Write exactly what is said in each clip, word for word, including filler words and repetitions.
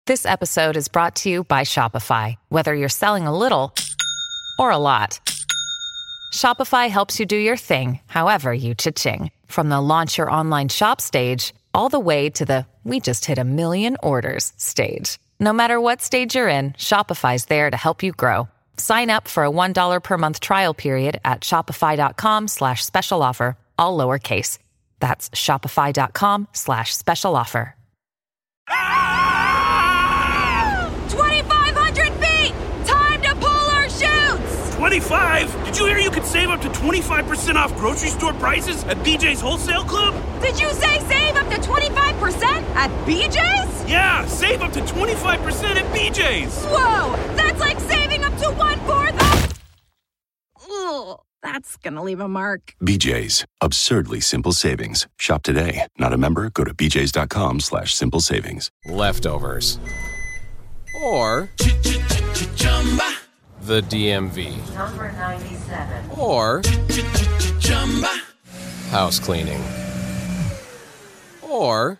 This episode is brought to you by Shopify. Whether you're selling a little or a lot, Shopify helps you do your thing, however you cha-ching. From the launch your online shop stage, all the way to the we just hit a million orders stage. No matter what stage you're in, Shopify's there to help you grow. Sign up for a one dollar per month trial period at shopify.com slash special offer, all lowercase. That's shopify.com slash special offer. twenty-five hundred feet! Time to pull our chutes! twenty-five? Did you hear you could save up to twenty-five percent off grocery store prices at B J's Wholesale Club? Did you say save up to twenty-five percent at B J's? Yeah, save up to twenty-five percent at B J's. Whoa, that's like saving up to one-fourth of... Ugh, that's gonna leave a mark. B J's, absurdly simple savings. Shop today. Not a member? Go to bjs.com slash simple savings. Leftovers. Or the D M V. Number ninety-seven. Or house cleaning. Or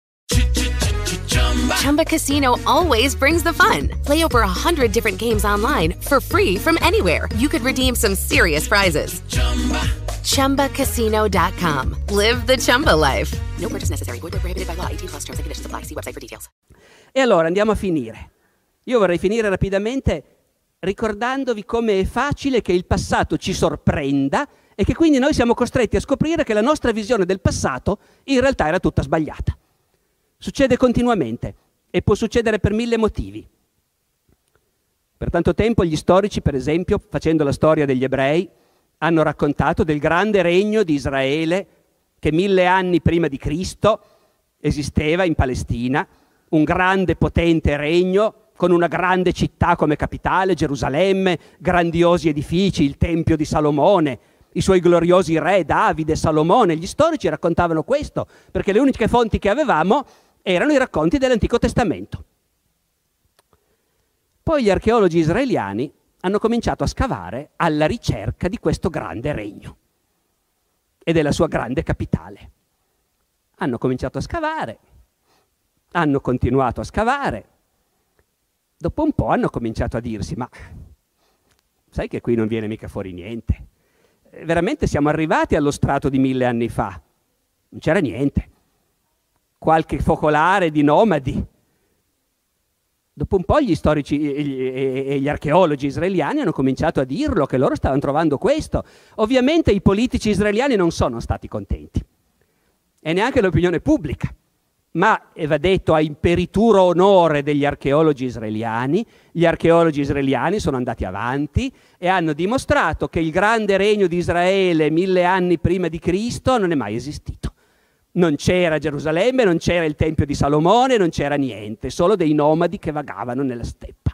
Chumba Casino always brings the fun. Play over a hundred different games online for free from anywhere. You could redeem some serious prizes. Chumba Casino dot com. Live the Chumba life. No purchase necessary. Void where prohibited by law. eighteen plus terms and conditions apply. See website for details. E allora andiamo a finire. Io vorrei finire rapidamente ricordandovi come è facile che il passato ci sorprenda e che quindi noi siamo costretti a scoprire che la nostra visione del passato in realtà era tutta sbagliata. Succede continuamente e può succedere per mille motivi. Per tanto tempo gli storici, per esempio, facendo la storia degli ebrei, hanno raccontato del grande regno di Israele che mille anni prima di Cristo esisteva in Palestina, un grande potente regno con una grande città come capitale, Gerusalemme, grandiosi edifici, il Tempio di Salomone, i suoi gloriosi re Davide e Salomone. Gli storici raccontavano questo, perché le uniche fonti che avevamo erano i racconti dell'Antico Testamento. Poi gli archeologi israeliani hanno cominciato a scavare alla ricerca di questo grande regno e della sua grande capitale. Hanno cominciato a scavare, hanno continuato a scavare. Dopo un po' hanno cominciato a dirsi, ma sai che qui non viene mica fuori niente. Veramente siamo arrivati allo strato di mille anni fa. Non c'era niente. Qualche focolare di nomadi. Dopo un po' gli storici e gli archeologi israeliani hanno cominciato a dirlo, che loro stavano trovando questo. Ovviamente i politici israeliani non sono stati contenti. E neanche l'opinione pubblica. Ma, e va detto a imperituro onore degli archeologi israeliani, gli archeologi israeliani sono andati avanti e hanno dimostrato che il grande regno di Israele mille anni prima di Cristo non è mai esistito. Non c'era Gerusalemme, non c'era il Tempio di Salomone, non c'era niente, solo dei nomadi che vagavano nella steppa.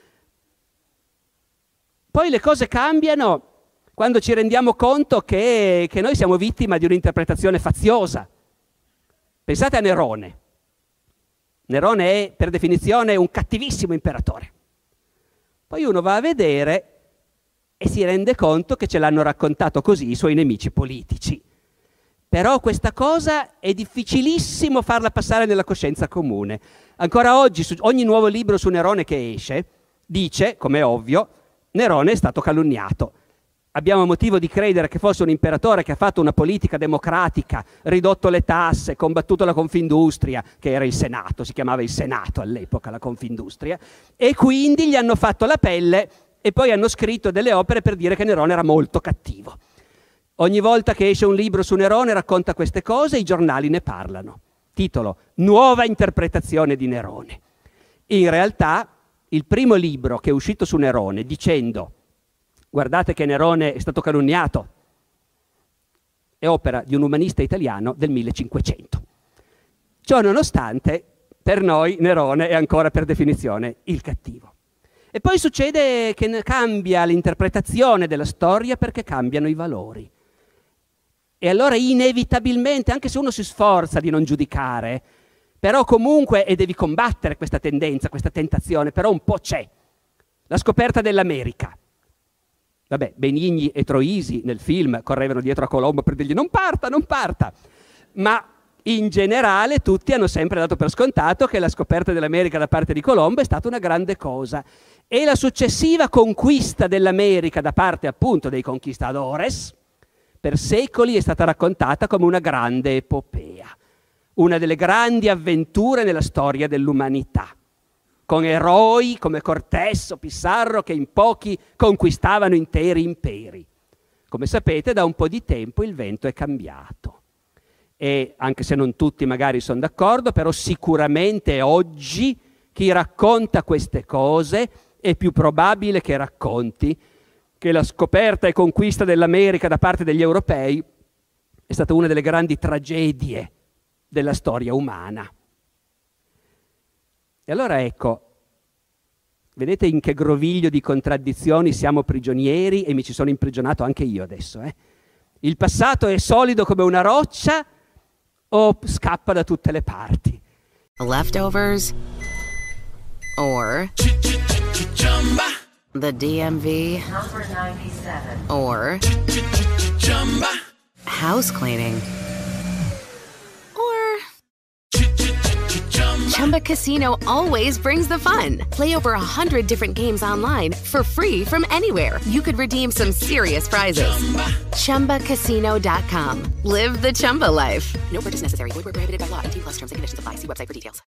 Poi le cose cambiano quando ci rendiamo conto che, che noi siamo vittima di un'interpretazione faziosa. Pensate a Nerone. Nerone è, per definizione, un cattivissimo imperatore. Poi uno va a vedere e si rende conto che ce l'hanno raccontato così i suoi nemici politici. Però questa cosa è difficilissimo farla passare nella coscienza comune. Ancora oggi, su ogni nuovo libro su Nerone che esce, dice, come è ovvio, Nerone è stato calunniato. Abbiamo motivo di credere che fosse un imperatore che ha fatto una politica democratica, ridotto le tasse, combattuto la Confindustria, che era il Senato, si chiamava il Senato all'epoca, la Confindustria, e quindi gli hanno fatto la pelle e poi hanno scritto delle opere per dire che Nerone era molto cattivo. Ogni volta che esce un libro su Nerone racconta queste cose e i giornali ne parlano. Titolo: Nuova interpretazione di Nerone. In realtà il primo libro che è uscito su Nerone dicendo guardate che Nerone è stato calunniato, è opera di un umanista italiano del millecinquecento. Ciò nonostante, per noi Nerone è ancora per definizione il cattivo. E poi succede che cambia l'interpretazione della storia perché cambiano i valori. E allora inevitabilmente, anche se uno si sforza di non giudicare, però comunque, e devi combattere questa tendenza, questa tentazione, però un po' c'è. La scoperta dell'America. Vabbè, Benigni e Troisi nel film correvano dietro a Colombo per dirgli non parta, non parta. Ma in generale tutti hanno sempre dato per scontato che la scoperta dell'America da parte di Colombo è stata una grande cosa e la successiva conquista dell'America da parte appunto dei conquistadores per secoli è stata raccontata come una grande epopea, una delle grandi avventure nella storia dell'umanità, con eroi come Cortés o Pizarro che in pochi conquistavano interi imperi. Come sapete, da un po' di tempo il vento è cambiato. E anche se non tutti magari sono d'accordo, però sicuramente oggi chi racconta queste cose è più probabile che racconti che la scoperta e conquista dell'America da parte degli europei è stata una delle grandi tragedie della storia umana. E allora ecco, vedete in che groviglio di contraddizioni siamo prigionieri e mi ci sono imprigionato anche io adesso. Eh? Il passato è solido come una roccia o scappa da tutte le parti? Leftovers or the D M V Number ninety-seven. or house cleaning or Chumba Casino always brings the fun. Play over a hundred different games online for free from anywhere. You could redeem some serious prizes. Chumba Casino dot com. Live the Chumba life. No purchase necessary. Void where prohibited by law. eighteen plus terms and conditions apply. See website for details.